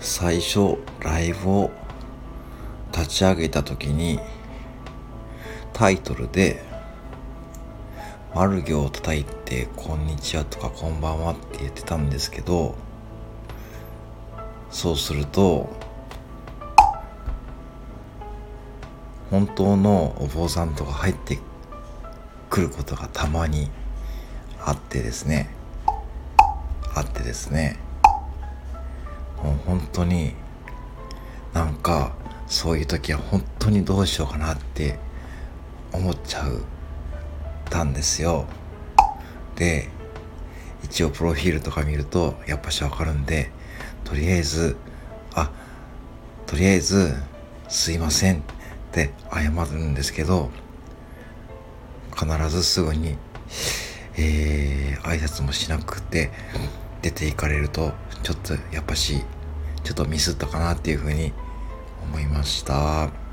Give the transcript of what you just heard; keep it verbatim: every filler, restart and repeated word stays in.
最初ライブを立ち上げた時にタイトルで丸行を叩いてこんにちはとかこんばんはって言ってたんですけど、そうすると本当のお坊さんとか入ってくることがたまにあってですねあってですねもう本当になんかそういう時は本当にどうしようかなって思っちゃうたんですよ。で一応プロフィールとか見るとやっぱしわかるんで、とりあえずあとりあえずすいませんって謝るんですけど、必ずすぐにえー、挨拶もしなくて出て行かれるとちょっとやっぱしちょっとミスったかなっていうふうに思いました。